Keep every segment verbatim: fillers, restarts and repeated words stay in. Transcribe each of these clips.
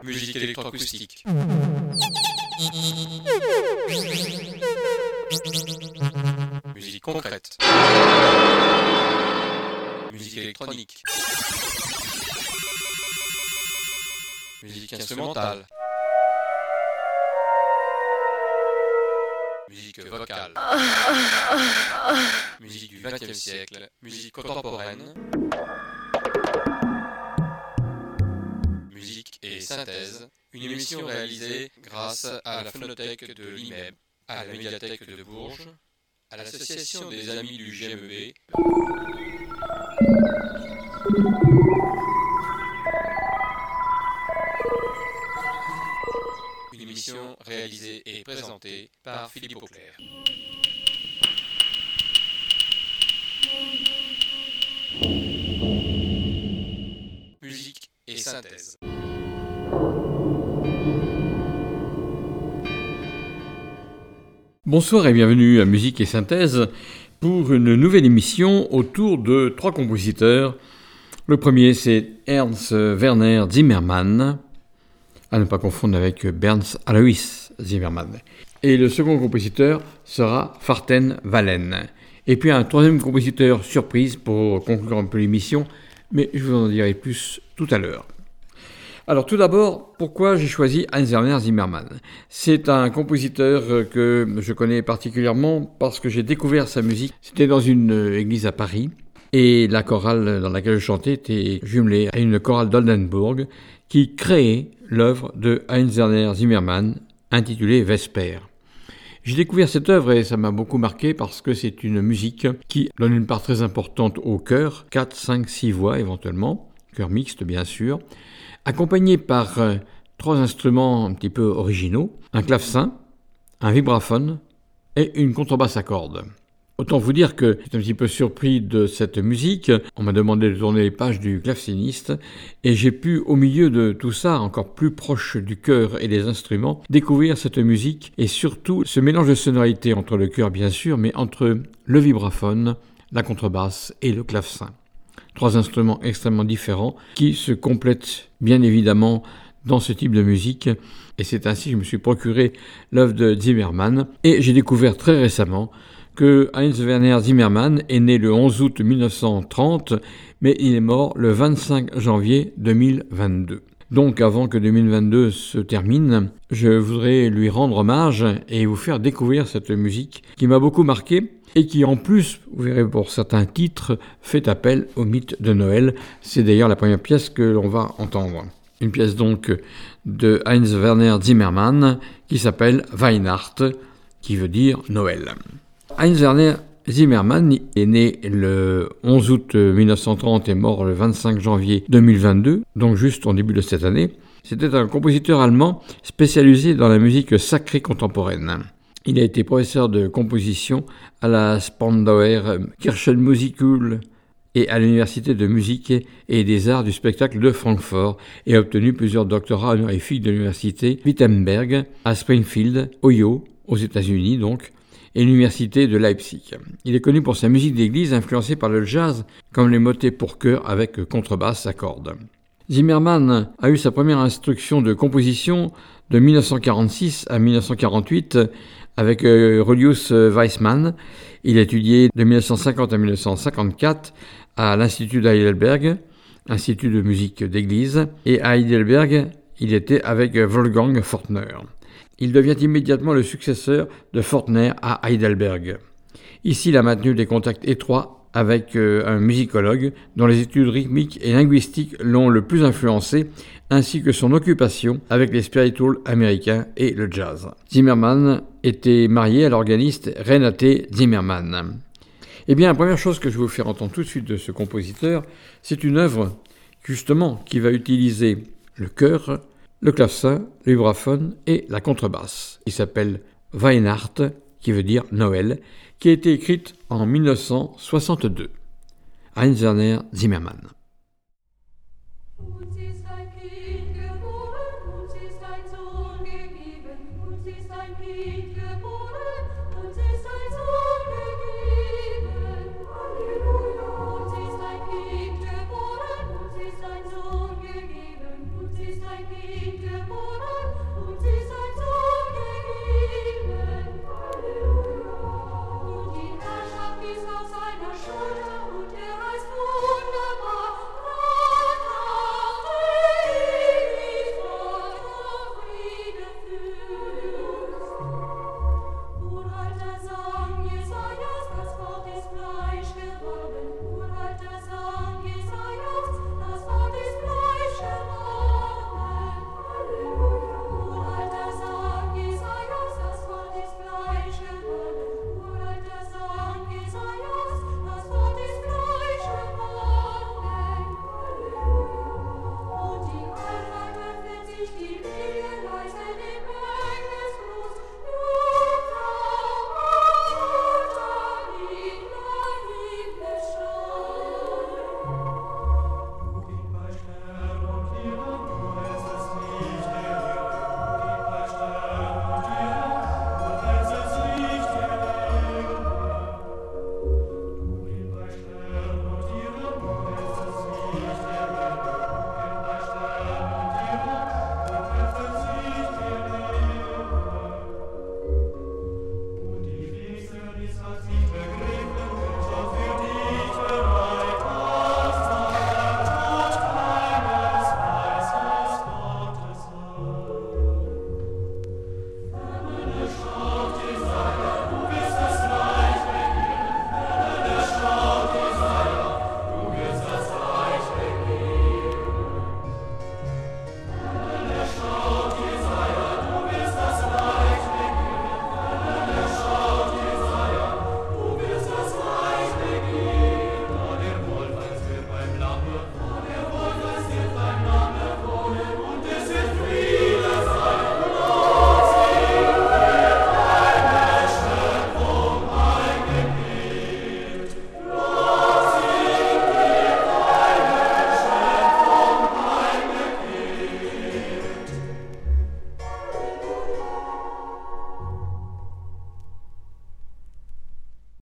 Musique électroacoustique. Musique concrète. Musique électronique. Musique instrumentale. Musique vocale. Musique du vingtième siècle. Musique contemporaine. Musique et synthèse. Une émission réalisée grâce à la phonothèque de l'I M E B, à la médiathèque de Bourges, à l'association des amis du G M E B. Une émission réalisée et présentée par Philippe Auclair. Musique et synthèse. Bonsoir et bienvenue à Musique et Synthèse pour une nouvelle émission autour de trois compositeurs. Le premier, c'est Ernst Werner Zimmermann, à ne pas confondre avec Bernds Alois Zimmermann. Et le second compositeur sera Farten Wallen. Et puis un troisième compositeur surprise pour conclure un peu l'émission, mais je vous en dirai plus tout à l'heure. Alors tout d'abord, pourquoi j'ai choisi Heinz Werner Zimmermann ? C'est un compositeur que je connais particulièrement parce que j'ai découvert sa musique. C'était dans une église à Paris et la chorale dans laquelle je chantais était jumelée à une chorale d'Oldenburg qui créait l'œuvre de Heinz Werner Zimmermann intitulée Vesper. J'ai découvert cette œuvre et ça m'a beaucoup marqué parce que c'est une musique qui donne une part très importante au chœur, quatre, cinq, six voix éventuellement, chœur mixte bien sûr, accompagné par euh, trois instruments un petit peu originaux, un clavecin, un vibraphone et une contrebasse à cordes. Autant vous dire que j'étais un petit peu surpris de cette musique. On m'a demandé de tourner les pages du claveciniste et j'ai pu, au milieu de tout ça, encore plus proche du chœur et des instruments, découvrir cette musique et surtout ce mélange de sonorités entre le chœur bien sûr, mais entre le vibraphone, la contrebasse et le clavecin. Trois instruments extrêmement différents qui se complètent bien évidemment dans ce type de musique. Et c'est ainsi que je me suis procuré l'œuvre de Zimmermann. Et j'ai découvert très récemment que Heinz Werner Zimmermann est né le onze août mille neuf cent trente, mais il est mort le vingt-cinq janvier deux mille vingt-deux. Donc avant que deux mille vingt-deux se termine, je voudrais lui rendre hommage et vous faire découvrir cette musique qui m'a beaucoup marqué et qui en plus, vous verrez pour certains titres, fait appel au mythe de Noël. C'est d'ailleurs la première pièce que l'on va entendre. Une pièce donc de Heinz Werner Zimmermann qui s'appelle Weihnacht, qui veut dire Noël. Heinz Werner Zimmermann est né le onze août mille neuf cent trente et mort le vingt-cinq janvier deux mille vingt-deux, donc juste en début de cette année. C'était un compositeur allemand spécialisé dans la musique sacrée contemporaine. Il a été professeur de composition à la Spandauer Kirchenmusikschule et à l'Université de musique et des arts du spectacle de Francfort et a obtenu plusieurs doctorats honorifiques de l'Université Wittenberg à Springfield, Ohio, aux États-Unis donc, et l'Université de Leipzig. Il est connu pour sa musique d'église influencée par le jazz, comme les motets pour chœur avec contrebasse à cordes. Zimmermann a eu sa première instruction de composition de mille neuf cent quarante-six à mille neuf cent quarante-huit avec euh, Julius Weissmann. Il a étudié de mille neuf cent cinquante à mille neuf cent cinquante-quatre à l'Institut d'Heidelberg, Institut de musique d'église, et à Heidelberg, il était avec Wolfgang Fortner. Il devient immédiatement le successeur de Fortner à Heidelberg. Ici, il a maintenu des contacts étroits avec euh, un musicologue dont les études rythmiques et linguistiques l'ont le plus influencé, ainsi que son occupation avec les spirituals américains et le jazz. Zimmermann était marié à l'organiste Renate Zimmermann. Eh bien, la première chose que je vais vous faire entendre tout de suite de ce compositeur, c'est une œuvre, justement, qui va utiliser le chœur, le clavecin, le vibraphone et la contrebasse. Il s'appelle Weihnacht, qui veut dire Noël, qui a été écrite en mille neuf cent soixante-deux. Heinz Werner Zimmermann. Kind geboren, uns ist ein Sohn gegeben, uns ist ein Kind geboren.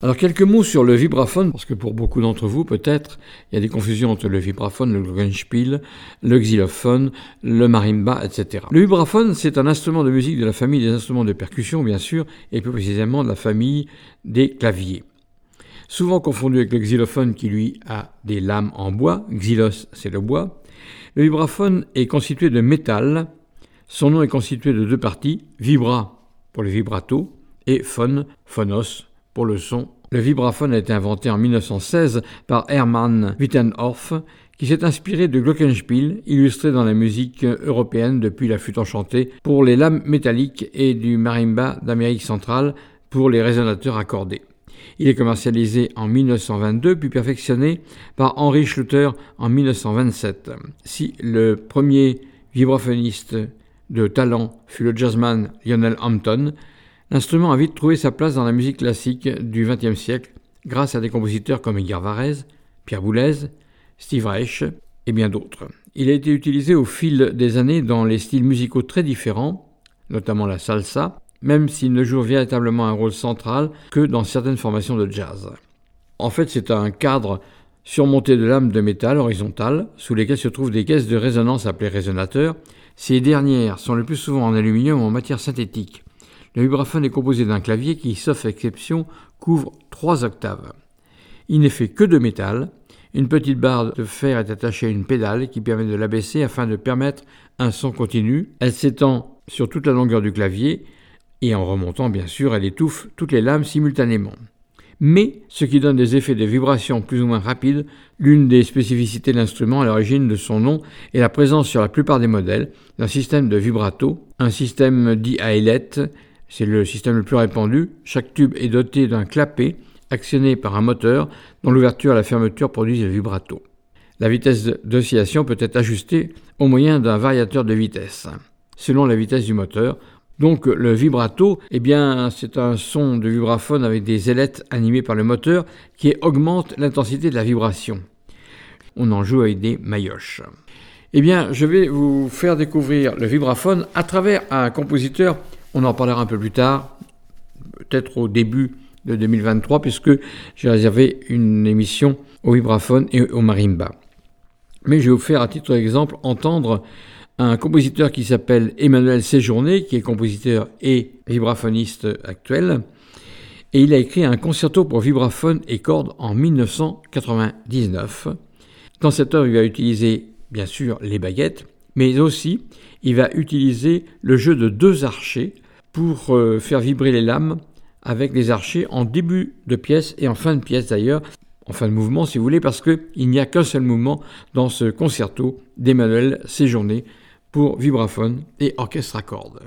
Alors quelques mots sur le vibraphone, parce que pour beaucoup d'entre vous peut-être, il y a des confusions entre le vibraphone, le glockenspiel, le xylophone, le marimba, et cetera. Le vibraphone, c'est un instrument de musique de la famille des instruments de percussion, bien sûr, et plus précisément de la famille des claviers. Souvent confondu avec le xylophone qui lui a des lames en bois, xylos c'est le bois, le vibraphone est constitué de métal. Son nom est constitué de deux parties, vibra pour le vibrato et phone, phonos pour le son. Le vibraphone a été inventé en mille neuf cent seize par Hermann Wittenhoff, qui s'est inspiré de glockenspiel, illustré dans la musique européenne depuis la flûte enchantée pour les lames métalliques et du marimba d'Amérique centrale pour les résonateurs accordés. Il est commercialisé en mille neuf cent vingt-deux, puis perfectionné par Henry Schluter en mille neuf cent vingt-sept. Si le premier vibraphoniste de talent fut le jazzman Lionel Hampton, l'instrument a vite trouvé sa place dans la musique classique du vingtième siècle grâce à des compositeurs comme Edgar Varèse, Pierre Boulez, Steve Reich et bien d'autres. Il a été utilisé au fil des années dans les styles musicaux très différents, notamment la salsa, même s'il ne joue véritablement un rôle central que dans certaines formations de jazz. En fait, c'est un cadre surmonté de lames de métal horizontales sous lesquelles se trouvent des caisses de résonance appelées résonateurs. Ces dernières sont le plus souvent en aluminium ou en matière synthétique. Le vibraphone est composé d'un clavier qui, sauf exception, couvre trois octaves. Il n'est fait que de métal. Une petite barre de fer est attachée à une pédale qui permet de l'abaisser afin de permettre un son continu. Elle s'étend sur toute la longueur du clavier et en remontant, bien sûr, elle étouffe toutes les lames simultanément. Mais ce qui donne des effets de vibration plus ou moins rapides, l'une des spécificités de l'instrument à l'origine de son nom est la présence sur la plupart des modèles d'un système de vibrato, un système dit à ailette, c'est le système le plus répandu. Chaque tube est doté d'un clapet actionné par un moteur dont l'ouverture et la fermeture produisent le vibrato. La vitesse d'oscillation peut être ajustée au moyen d'un variateur de vitesse, selon la vitesse du moteur. Donc le vibrato, eh bien, c'est un son de vibraphone avec des ailettes animées par le moteur qui augmente l'intensité de la vibration. On en joue avec des maillotches. Eh bien, je vais vous faire découvrir le vibraphone à travers un compositeur, on en parlera un peu plus tard, peut-être au début de deux mille vingt-trois, puisque j'ai réservé une émission au vibraphone et au marimba. Mais je vais vous faire à titre d'exemple entendre un compositeur qui s'appelle Emmanuel Séjourné, qui est compositeur et vibraphoniste actuel, et il a écrit un concerto pour vibraphone et cordes en mille neuf cent quatre-vingt-dix-neuf. Dans cette œuvre, il va utiliser bien sûr les baguettes, mais aussi il va utiliser le jeu de deux archets pour euh, faire vibrer les lames avec les archets en début de pièce et en fin de pièce d'ailleurs, en fin de mouvement si vous voulez, parce qu'il n'y a qu'un seul mouvement dans ce concerto d'Emmanuel Séjourné pour vibraphone et orchestre à cordes.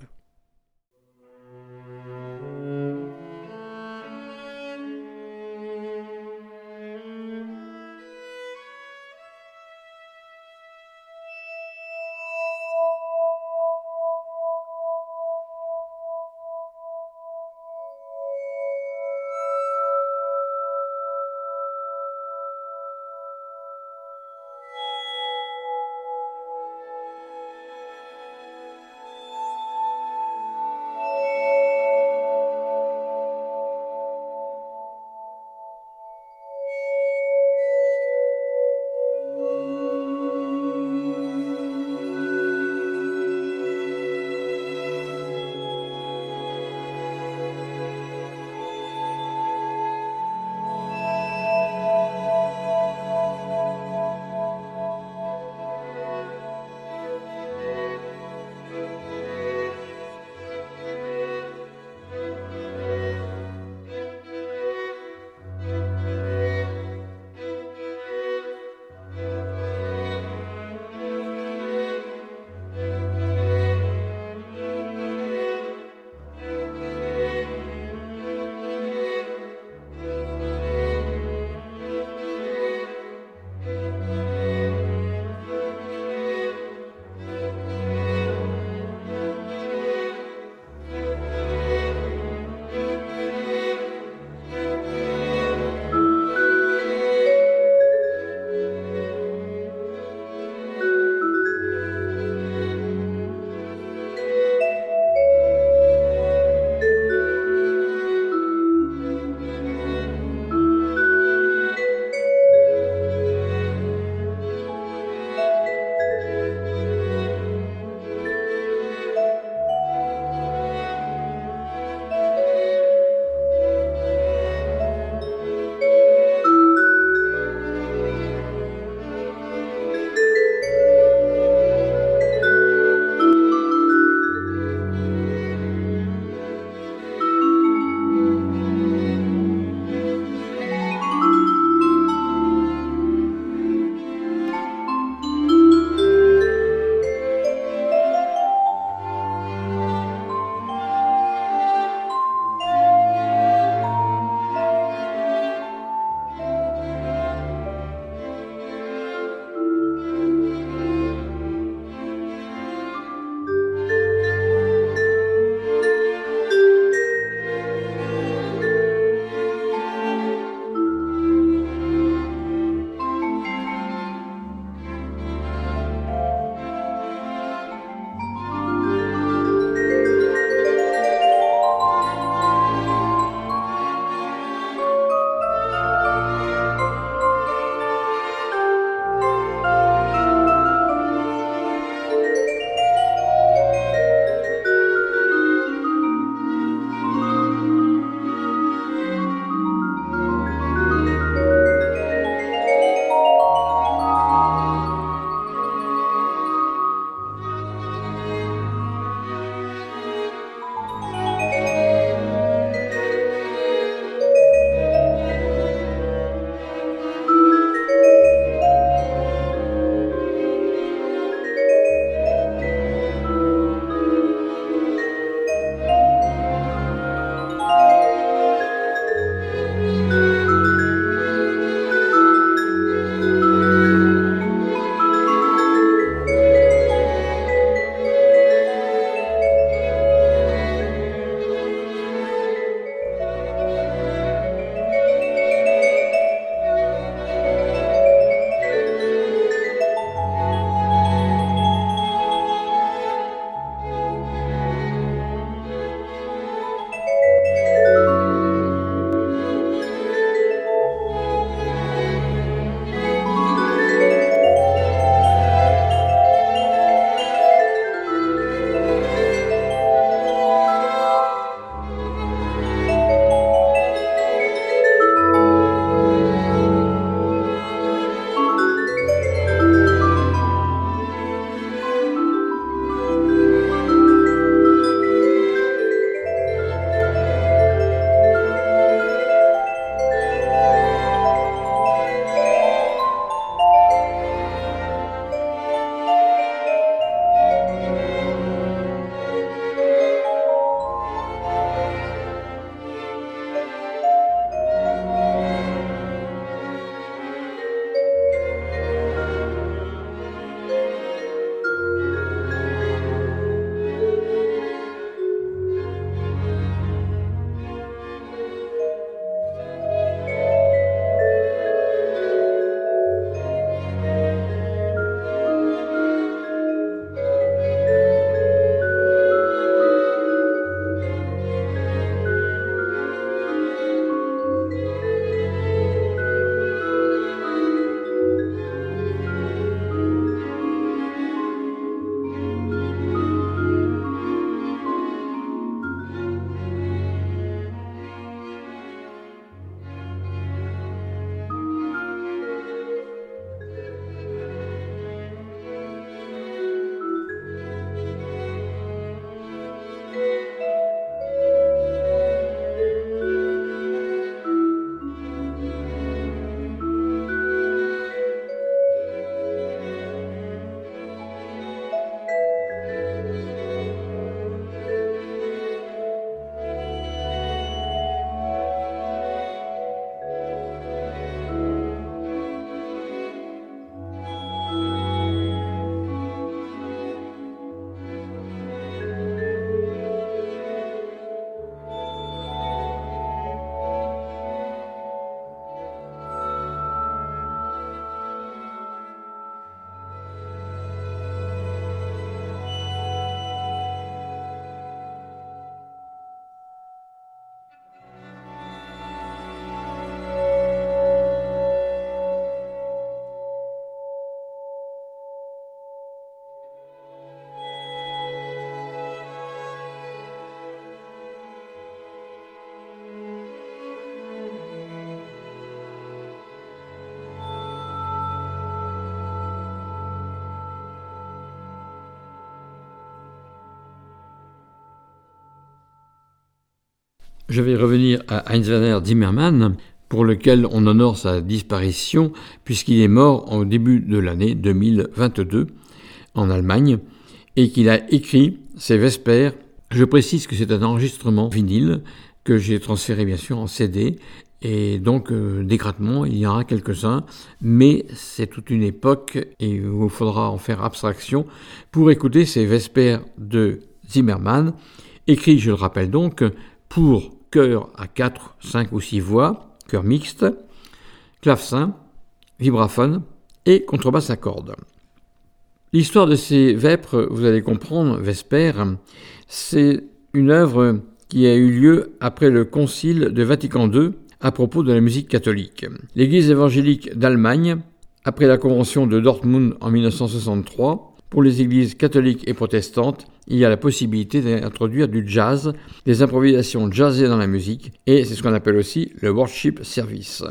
je vais revenir à Heinz Werner Zimmermann, pour lequel on honore sa disparition, puisqu'il est mort au début de l'année deux mille vingt-deux en Allemagne, et qu'il a écrit ses Vespers. Je précise que c'est un enregistrement vinyle que j'ai transféré bien sûr en C D, et donc euh, des grattements, il y en aura quelques-uns, mais c'est toute une époque et il faudra en faire abstraction pour écouter ces Vespers de Zimmermann, écrits, je le rappelle donc, pour chœur à quatre, cinq ou six voix, chœur mixte, clavecin, vibraphone et contrebasse à cordes. L'histoire de ces vêpres, vous allez comprendre, Vespers, c'est une œuvre qui a eu lieu après le concile de Vatican deux à propos de la musique catholique. L'Église évangélique d'Allemagne, après la convention de Dortmund en dix-neuf cent soixante-trois, pour les églises catholiques et protestantes, il y a la possibilité d'introduire du jazz, des improvisations jazzées dans la musique, et c'est ce qu'on appelle aussi le worship service.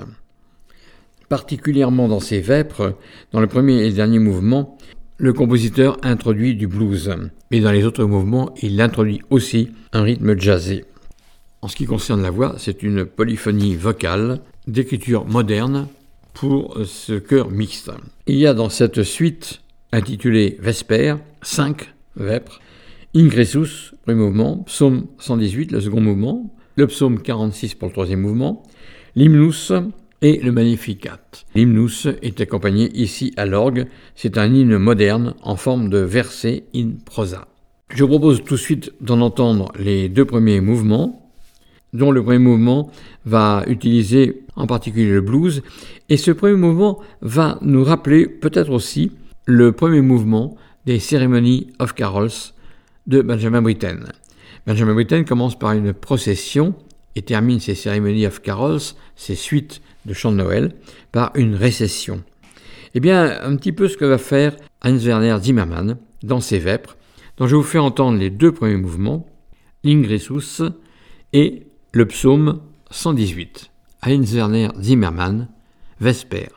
Particulièrement dans ces vêpres, dans le premier et dernier mouvement, le compositeur introduit du blues, mais dans les autres mouvements, il introduit aussi un rythme jazzé. En ce qui concerne la voix, c'est une polyphonie vocale d'écriture moderne pour ce chœur mixte. Il y a dans cette suite intitulée Vespers, cinq vêpres, Ingressus, premier mouvement, psaume cent dix-huit, le second mouvement, le psaume quarante-six pour le troisième mouvement, l'hymnus et le Magnificat. L'hymnus est accompagné ici à l'orgue, c'est un hymne moderne en forme de verset in prosa. Je vous propose tout de suite d'en entendre les deux premiers mouvements, dont le premier mouvement va utiliser en particulier le blues, et ce premier mouvement va nous rappeler peut-être aussi le premier mouvement des Ceremony of Carols de Benjamin Britten. Benjamin Britten commence par une procession et termine ses Ceremony of Carols, ses suites de chants de Noël, par une récession. Eh bien, un petit peu ce que va faire Heinz Werner Zimmermann dans ses vêpres, dont je vous fais entendre les deux premiers mouvements, l'Ingressus et le psaume cent dix-huit. Heinz Werner Zimmermann, Vespers.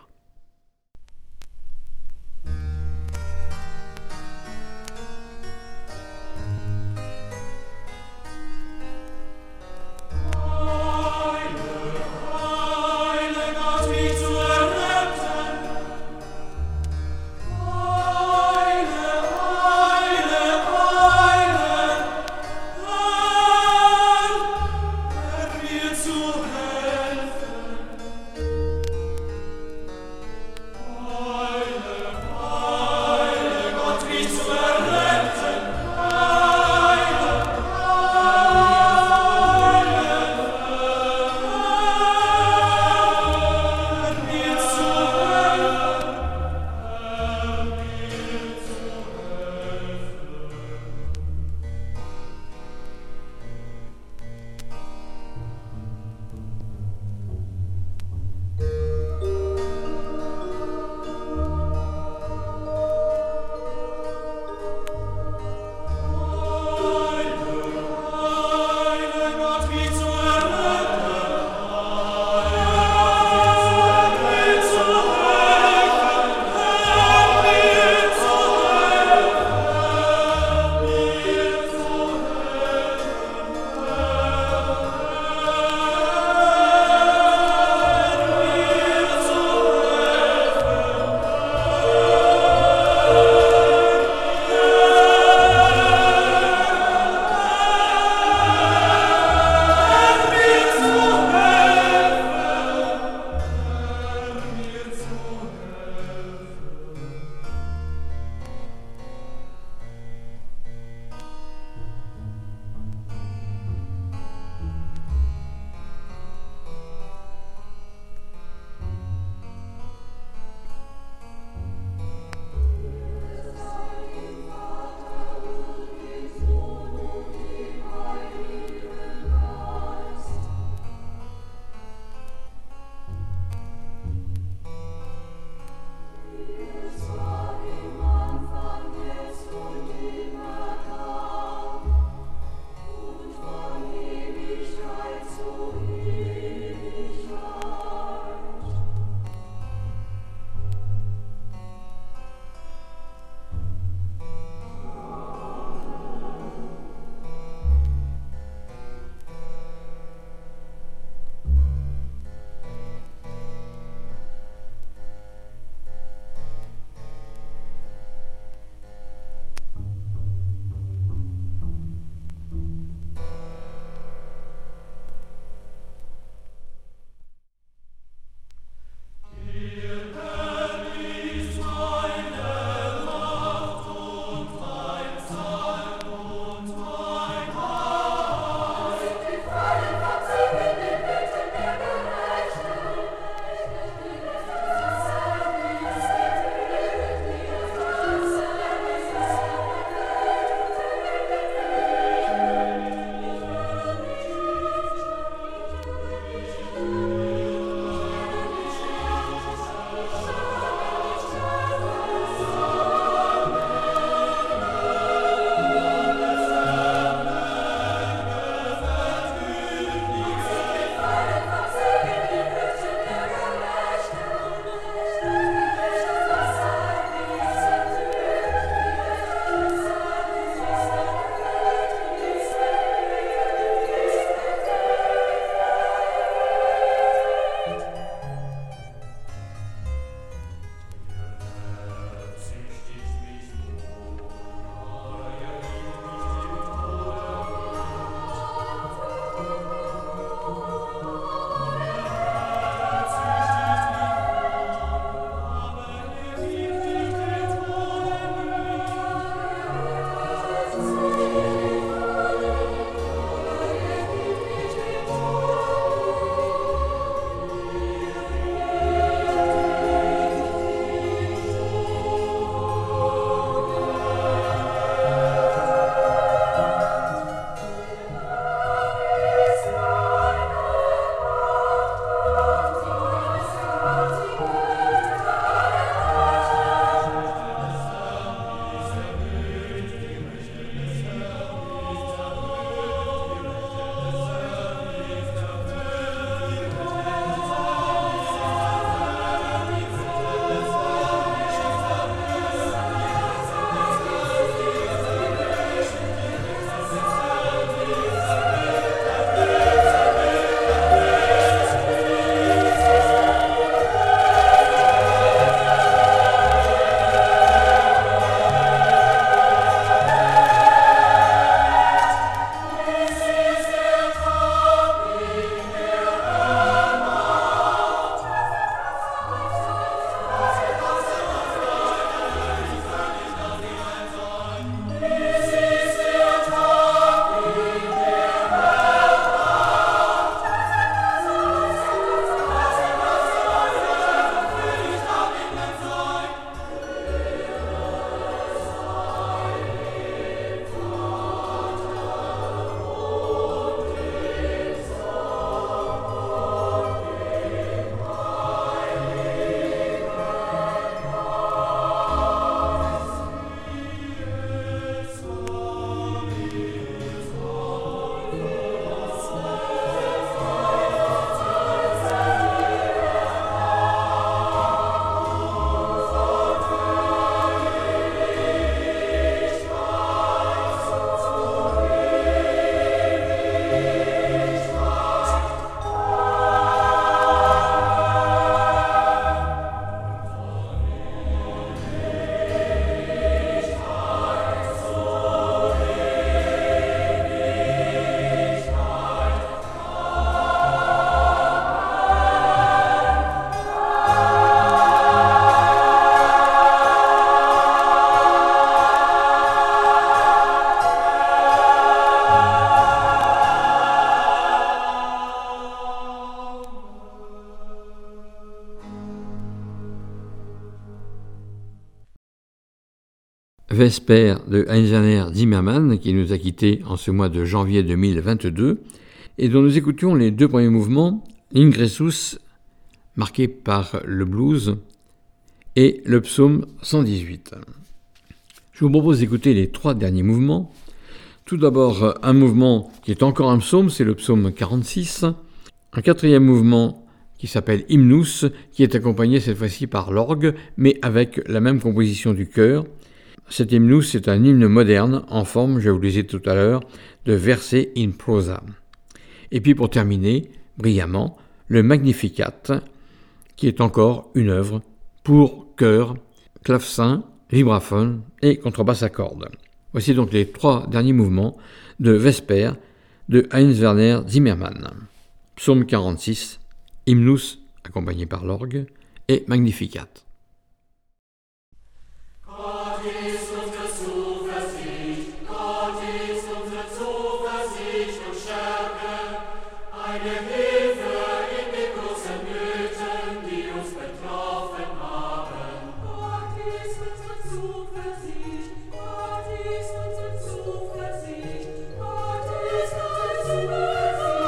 Vesper de Heinz-Werner Zimmermann, qui nous a quittés en ce mois de janvier deux mille vingt-deux, et dont nous écoutions les deux premiers mouvements, l'Ingressus, marqué par le blues, et le psaume cent dix-huit. Je vous propose d'écouter les trois derniers mouvements. Tout d'abord, un mouvement qui est encore un psaume, c'est le psaume quarante-six. Un quatrième mouvement qui s'appelle Hymnus, qui est accompagné cette fois-ci par l'orgue, mais avec la même composition du chœur. Cet Hymnus est un hymne moderne, en forme, je vous le disais tout à l'heure, de versets in prosa. Et puis pour terminer, brillamment, le Magnificat, qui est encore une œuvre pour chœur, clavecin, vibraphone et contrebasse à cordes. Voici donc les trois derniers mouvements de Vesper de Heinz-Werner Zimmermann. Psaume quarante-six, Hymnus accompagné par l'orgue et Magnificat.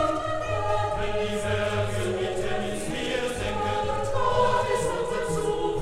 Zuversicht,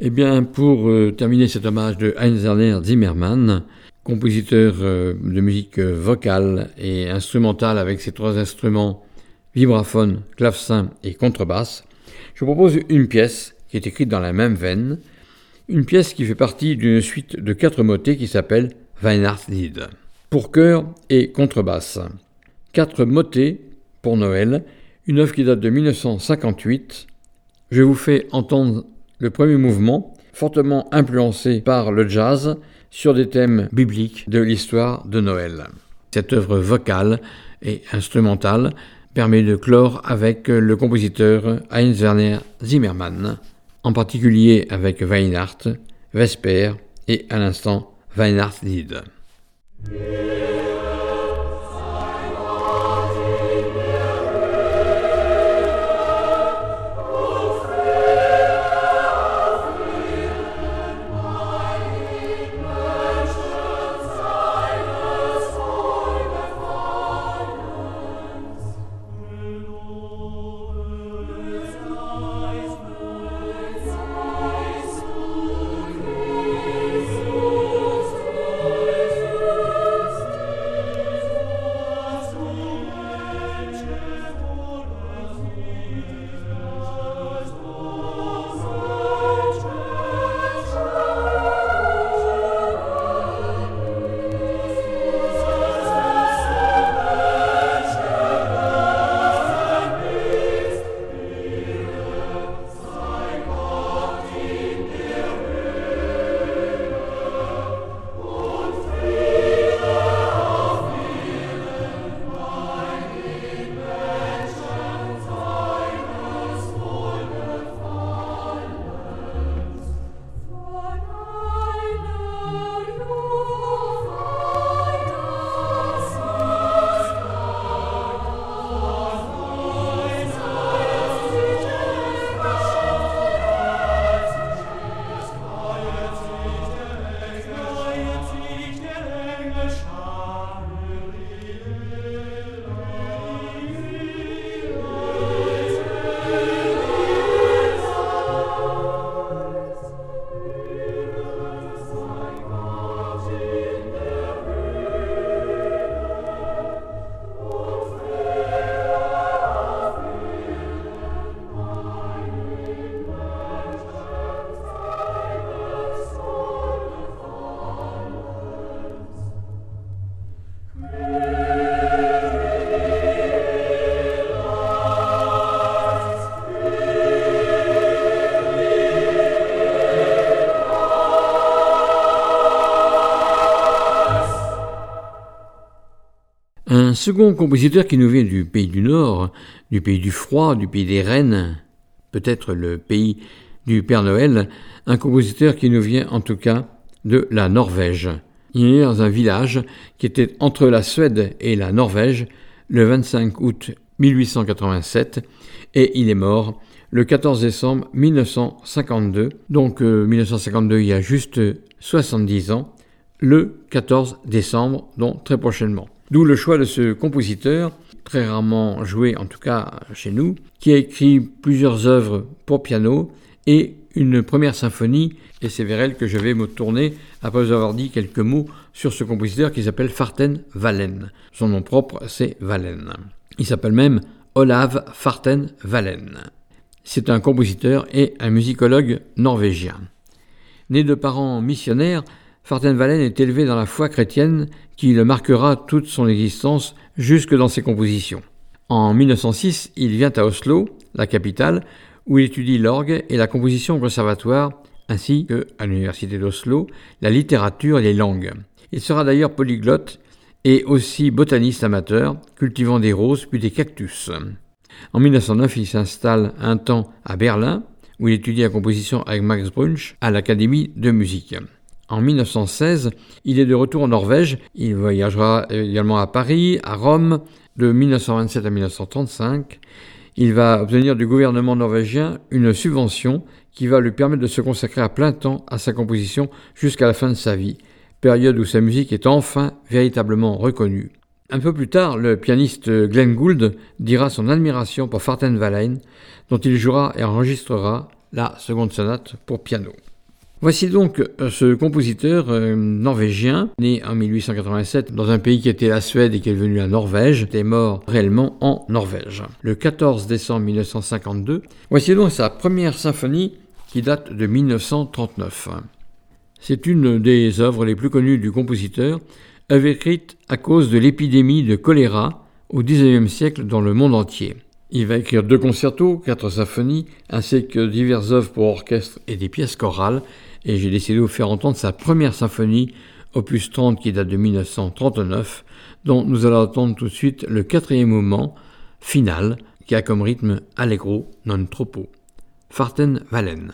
Eh bien, pour euh, terminer cet hommage de Heinz-Werner Zimmermann, compositeur euh, de musique euh, vocale et instrumentale avec ses trois instruments, vibraphone, clavecin et contrebasse, je vous propose une pièce qui est écrite dans la même veine, une pièce qui fait partie d'une suite de quatre motets qui s'appelle Weihnachtslied, pour chœur et contrebasse. Quatre motets pour Noël, une œuvre qui date de mille neuf cent cinquante-huit. Je vous fais entendre le premier mouvement, fortement influencé par le jazz, sur des thèmes bibliques de l'histoire de Noël. Cette œuvre vocale et instrumentale permet de clore avec le compositeur Heinz-Werner Zimmermann, en particulier avec Weihnacht, Vesper et à l'instant Weihnachtslied. Un second compositeur qui nous vient du pays du Nord, du pays du froid, du pays des rennes, peut-être le pays du Père Noël, un compositeur qui nous vient en tout cas de la Norvège. Il est né dans un village qui était entre la Suède et la Norvège le vingt-cinq août mille huit cent quatre-vingt-sept et il est mort le quatorze décembre mille neuf cent cinquante-deux, donc euh, mille neuf cent cinquante-deux il y a juste soixante-dix ans, le quatorze décembre, donc très prochainement. D'où le choix de ce compositeur, très rarement joué en tout cas chez nous, qui a écrit plusieurs œuvres pour piano et une première symphonie, et c'est vers elle que je vais me tourner après avoir dit quelques mots sur ce compositeur qui s'appelle Farten Valen. Son nom propre, c'est Valen. Il s'appelle même Olav Farten Valen. C'est un compositeur et un musicologue norvégien. Né de parents missionnaires, Farten Valen est élevé dans la foi chrétienne qui le marquera toute son existence jusque dans ses compositions. En mille neuf cent six, il vient à Oslo, la capitale, où il étudie l'orgue et la composition au conservatoire, ainsi qu'à l'université d'Oslo, la littérature et les langues. Il sera d'ailleurs polyglotte et aussi botaniste amateur, cultivant des roses puis des cactus. En mille neuf cent neuf, il s'installe un temps à Berlin, où il étudie la composition avec Max Bruch à l'Académie de musique. En mille neuf cent seize, il est de retour en Norvège. Il voyagera également à Paris, à Rome, de mille neuf cent vingt-sept à mille neuf cent trente-cinq. Il va obtenir du gouvernement norvégien une subvention qui va lui permettre de se consacrer à plein temps à sa composition jusqu'à la fin de sa vie, période où sa musique est enfin véritablement reconnue. Un peu plus tard, le pianiste Glenn Gould dira son admiration pour Farten Valen, dont il jouera et enregistrera la seconde sonate pour piano. Voici donc ce compositeur euh, norvégien, né en mille huit cent quatre-vingt-sept dans un pays qui était la Suède et qui est devenu la Norvège, est mort réellement en Norvège. Le quatorze décembre mille neuf cent cinquante-deux, voici donc sa première symphonie qui date de mille neuf cent trente-neuf. C'est une des œuvres les plus connues du compositeur, œuvre écrite à cause de l'épidémie de choléra au dix-neuvième siècle dans le monde entier. Il va écrire deux concertos, quatre symphonies, ainsi que diverses œuvres pour orchestre et des pièces chorales, et j'ai décidé de vous faire entendre sa première symphonie, opus trente qui date de mille neuf cent trente-neuf, dont nous allons entendre tout de suite le quatrième mouvement, final, qui a comme rythme allegro non troppo. Farten Valen.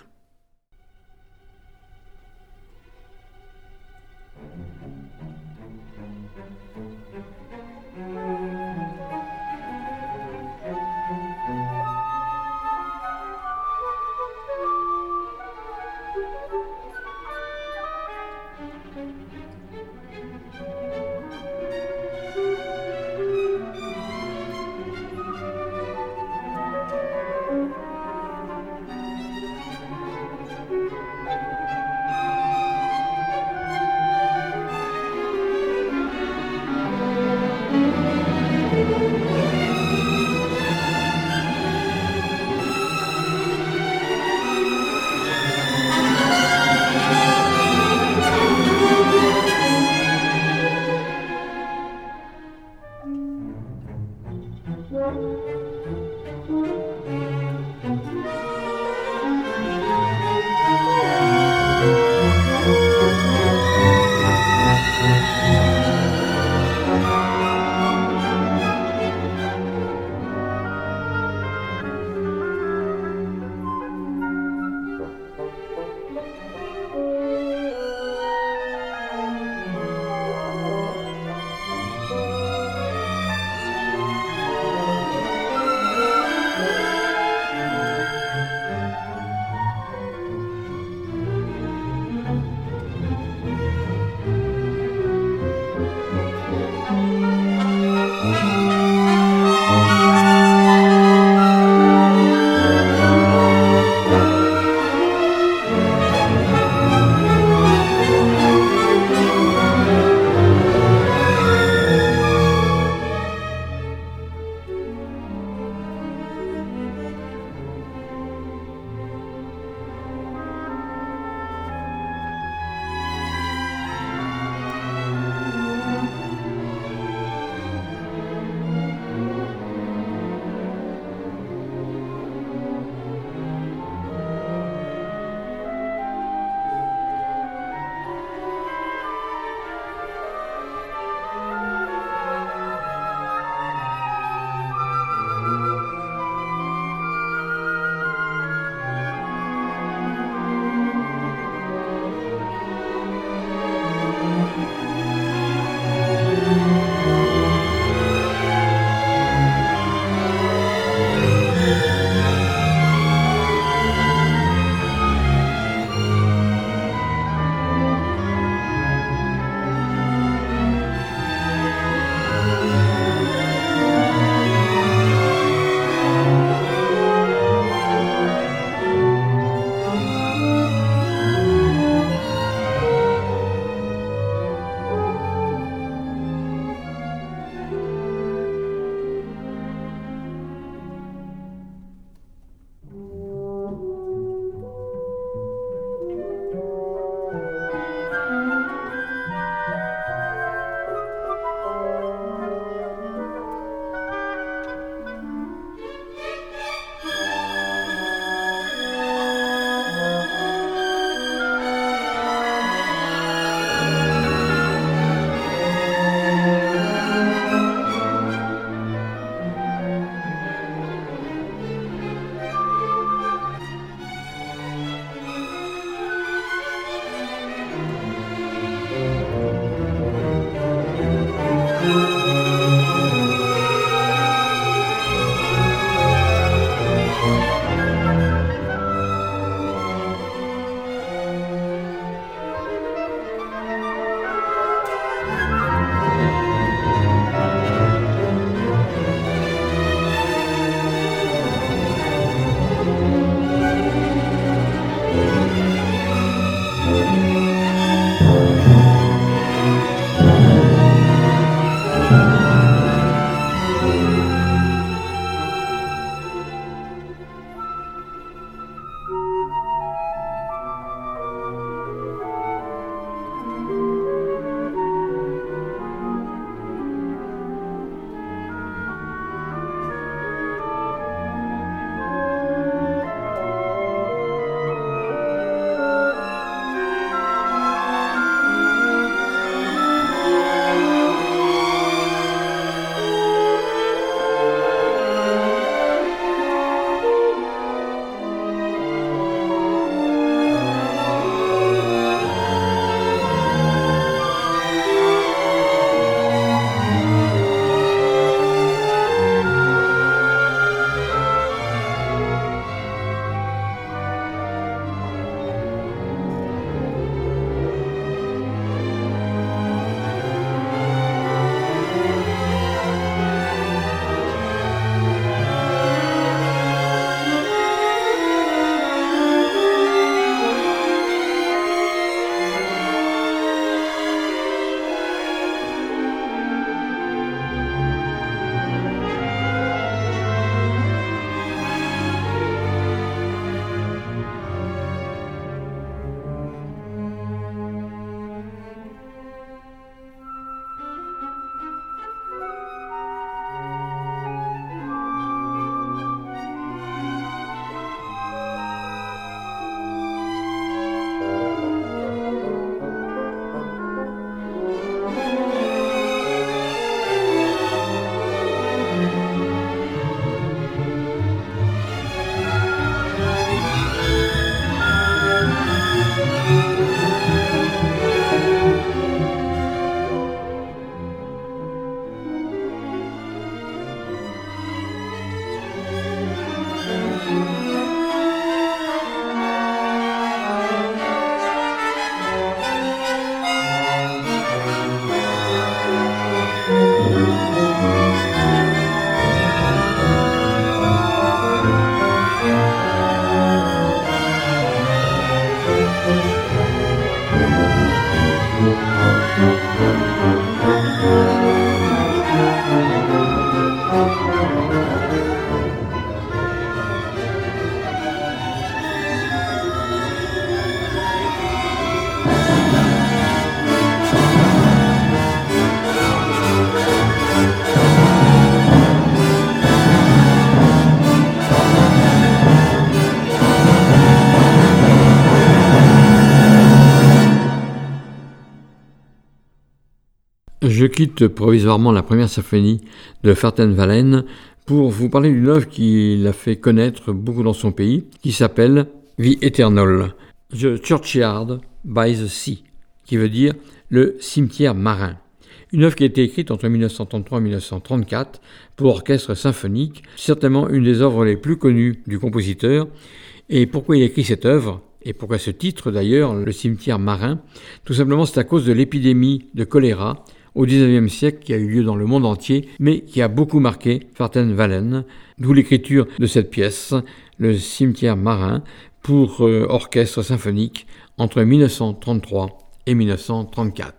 Je quitte provisoirement la première symphonie de Verten Valen pour vous parler d'une œuvre qui l'a fait connaître beaucoup dans son pays, qui s'appelle The Eternal, The Churchyard by the Sea, qui veut dire le cimetière marin. Une œuvre qui a été écrite entre dix-neuf cent trente-trois et dix-neuf cent trente-quatre pour orchestre symphonique, certainement une des œuvres les plus connues du compositeur. Et pourquoi il a écrit cette œuvre ? Et pourquoi ce titre d'ailleurs, le cimetière marin ? Tout simplement c'est à cause de l'épidémie de choléra au dix-neuvième siècle qui a eu lieu dans le monde entier, mais qui a beaucoup marqué Verten Valen, d'où l'écriture de cette pièce, le cimetière marin, pour euh, orchestre symphonique entre dix-neuf cent trente-trois et dix-neuf cent trente-quatre.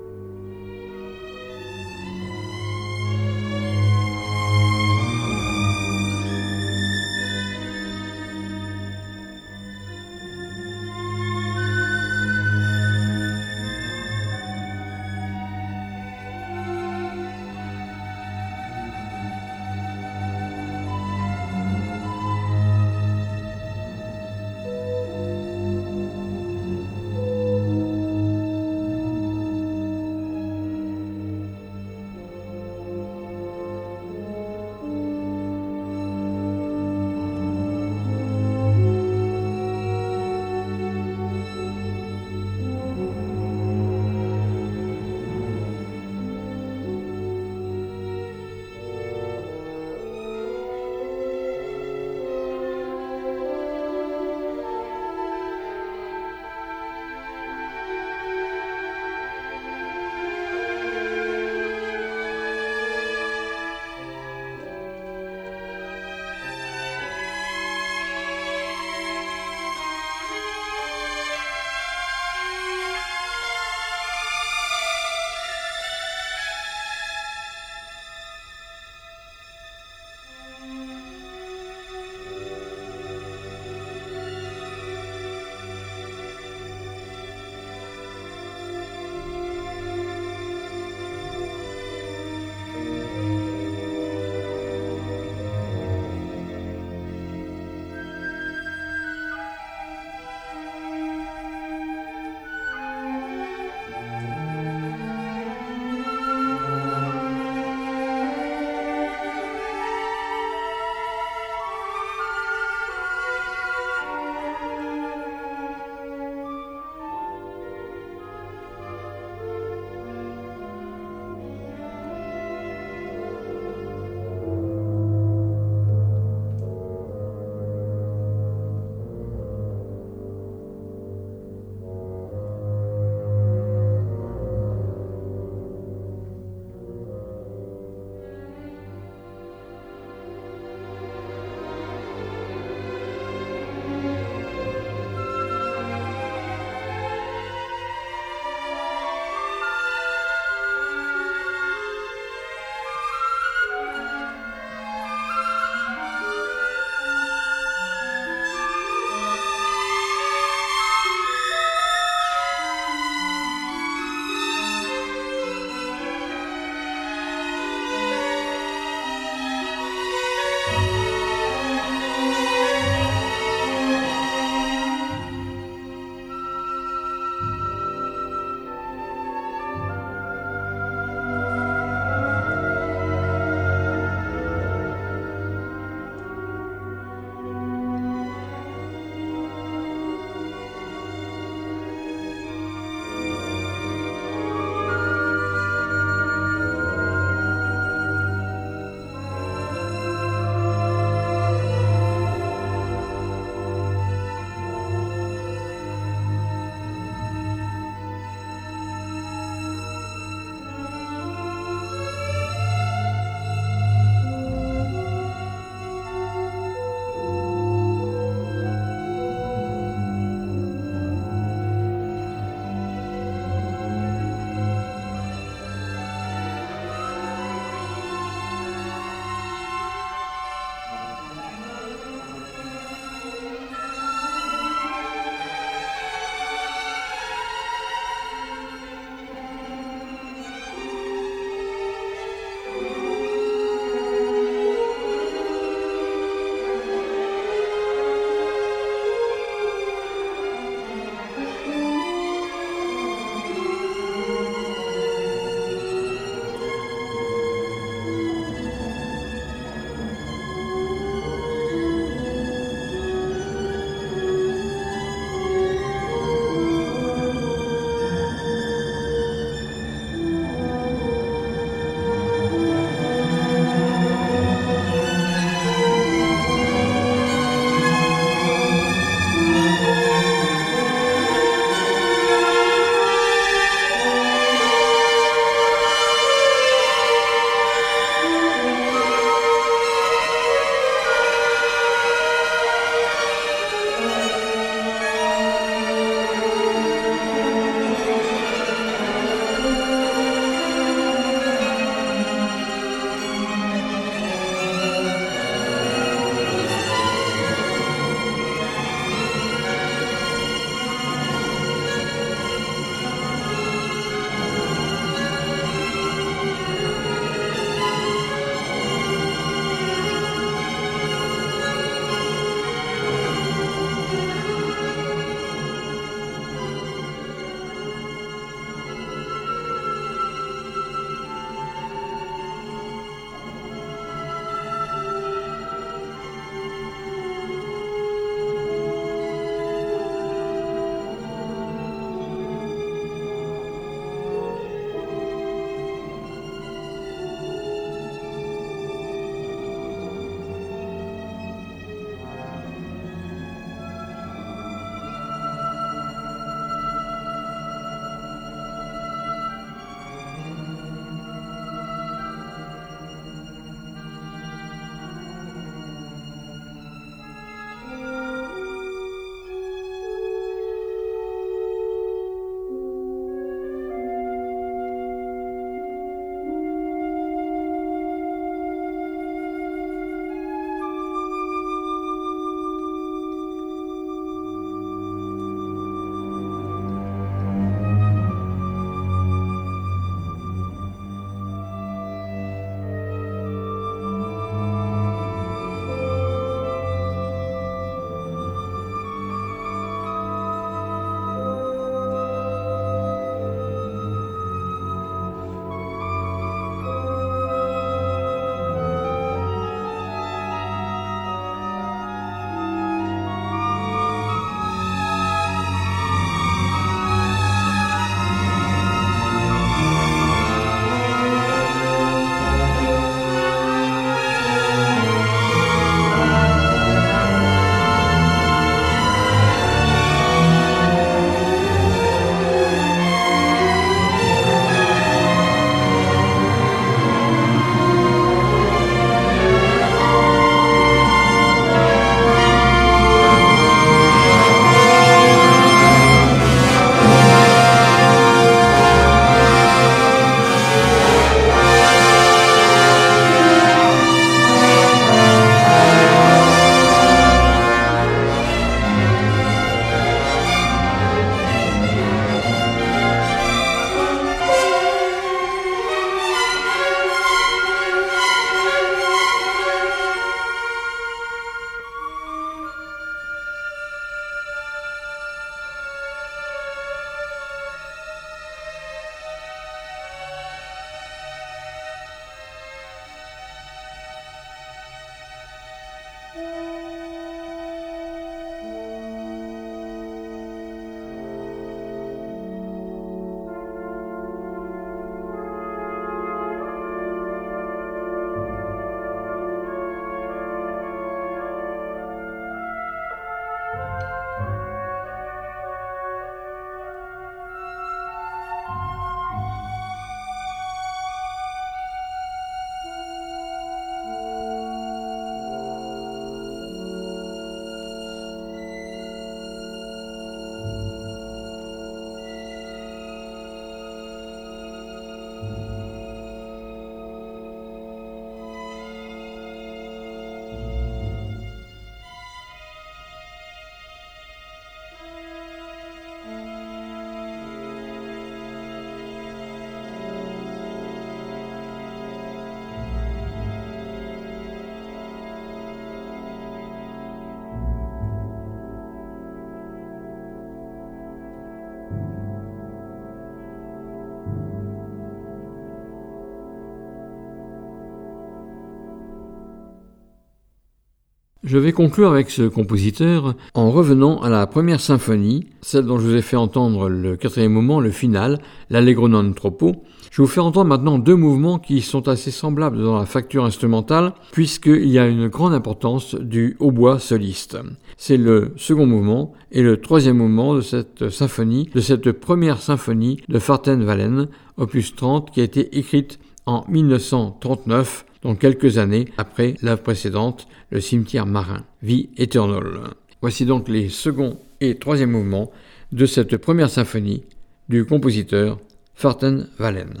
Je vais conclure avec ce compositeur en revenant à la première symphonie, celle dont je vous ai fait entendre le quatrième mouvement, le final, l'Allegro non troppo. Je vais vous faire entendre maintenant deux mouvements qui sont assez semblables dans la facture instrumentale, puisqu'il y a une grande importance du hautbois soliste. C'est le second mouvement et le troisième mouvement de cette symphonie, de cette première symphonie de Fartenwallen, opus trente, qui a été écrite en mille neuf cent trente-neuf, donc quelques années après l'œuvre précédente, Le cimetière marin, Vie éternelle. Voici donc les second et troisième mouvements de cette première symphonie du compositeur Fartenwallen.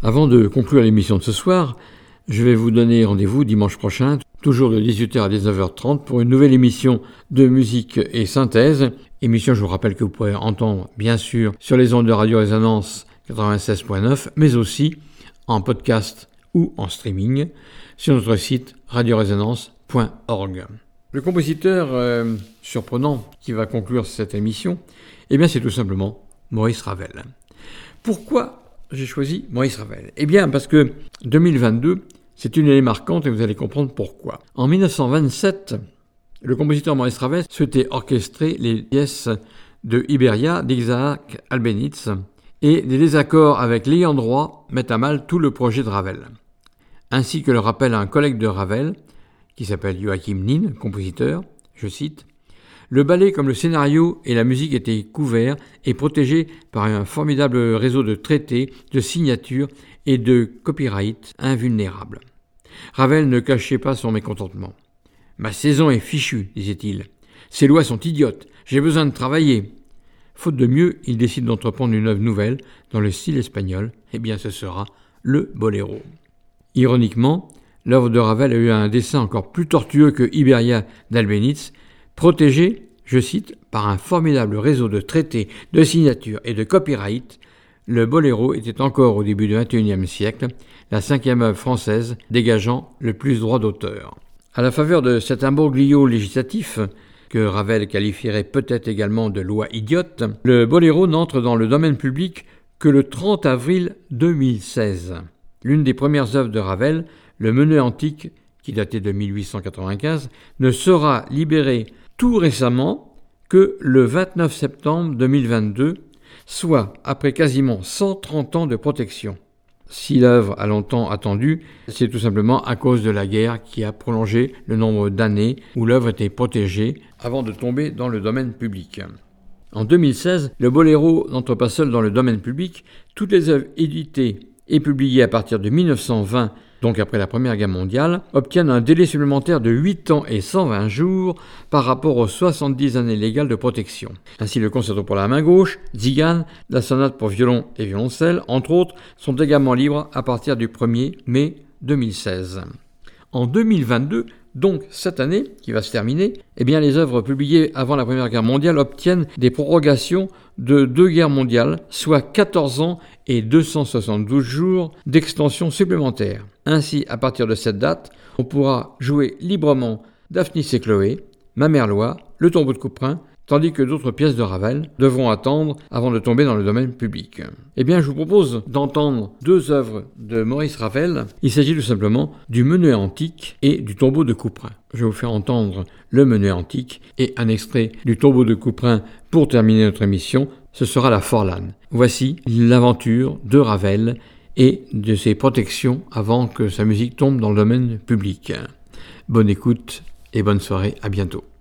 Avant de conclure l'émission de ce soir, je vais vous donner rendez-vous dimanche prochain, toujours de dix-huit heures à dix-neuf heures trente, pour une nouvelle émission de musique et synthèse. Émission, je vous rappelle, que vous pourrez entendre, bien sûr, sur les ondes de Radio Résonance quatre-vingt-seize point neuf, mais aussi en podcast ou en streaming sur notre site radio résonance point org. Le compositeur euh, surprenant qui va conclure cette émission, eh bien, c'est tout simplement Maurice Ravel. Pourquoi j'ai choisi Maurice Ravel? Eh bien, parce que deux mille vingt-deux, c'est une année marquante et vous allez comprendre pourquoi. En dix-neuf cent vingt-sept, le compositeur Maurice Ravel souhaitait orchestrer les pièces de Iberia d'Isaac Albéniz et des désaccords avec l'ayant droit mettent à mal tout le projet de Ravel. Ainsi que le rappelle un collègue de Ravel, qui s'appelle Joachim Nin, compositeur, je cite, « Le ballet comme le scénario et la musique étaient couverts et protégés par un formidable réseau de traités, de signatures et de copyright invulnérables. Ravel ne cachait pas son mécontentement. « Ma saison est fichue, disait-il. Ces lois sont idiotes. J'ai besoin de travailler. » Faute de mieux, il décide d'entreprendre une œuvre nouvelle dans le style espagnol. Eh bien, ce sera le boléro. Ironiquement, l'œuvre de Ravel a eu un dessin encore plus tortueux que Iberia d'Albéniz, protégé, je cite, par un formidable réseau de traités, de signatures et de copyright. Le boléro était encore au début du vingt et unième siècle la cinquième œuvre française dégageant le plus droit d'auteur. À la faveur de cet imbroglio législatif, que Ravel qualifierait peut-être également de loi idiote, le boléro n'entre dans le domaine public que le trente avril deux mille seize. L'une des premières œuvres de Ravel, le Menuet antique, qui datait de mille huit cent quatre-vingt-quinze, ne sera libéré tout récemment que le vingt-neuf septembre deux mille vingt-deux, soit après quasiment cent trente ans de protection. Si l'œuvre a longtemps attendu, c'est tout simplement à cause de la guerre qui a prolongé le nombre d'années où l'œuvre était protégée avant de tomber dans le domaine public. En deux mille seize, le boléro n'entre pas seul dans le domaine public. Toutes les œuvres éditées et publiées à partir de mille neuf cent vingt, donc après la Première Guerre mondiale, obtiennent un délai supplémentaire de huit ans et cent vingt jours par rapport aux soixante-dix années légales de protection. Ainsi, le concerto pour la main gauche, Zigane, la sonate pour violon et violoncelle, entre autres, sont également libres à partir du premier mai deux mille seize. En deux mille vingt-deux, donc cette année qui va se terminer, eh bien les œuvres publiées avant la Première Guerre mondiale obtiennent des prorogations de deux guerres mondiales, soit quatorze ans et deux cent soixante-douze jours d'extension supplémentaire. Ainsi, à partir de cette date, on pourra jouer librement Daphnis et Chloé, Ma Merlois, Le Tombeau de Couperin, tandis que d'autres pièces de Ravel devront attendre avant de tomber dans le domaine public. Eh bien, je vous propose d'entendre deux œuvres de Maurice Ravel. Il s'agit tout simplement du Menuet antique et du Tombeau de Couperin. Je vais vous faire entendre le Menuet antique et un extrait du Tombeau de Couperin pour terminer notre émission. Ce sera la Forlane. Voici l'aventure de Ravel et de ses protections avant que sa musique tombe dans le domaine public. Bonne écoute et bonne soirée, à bientôt.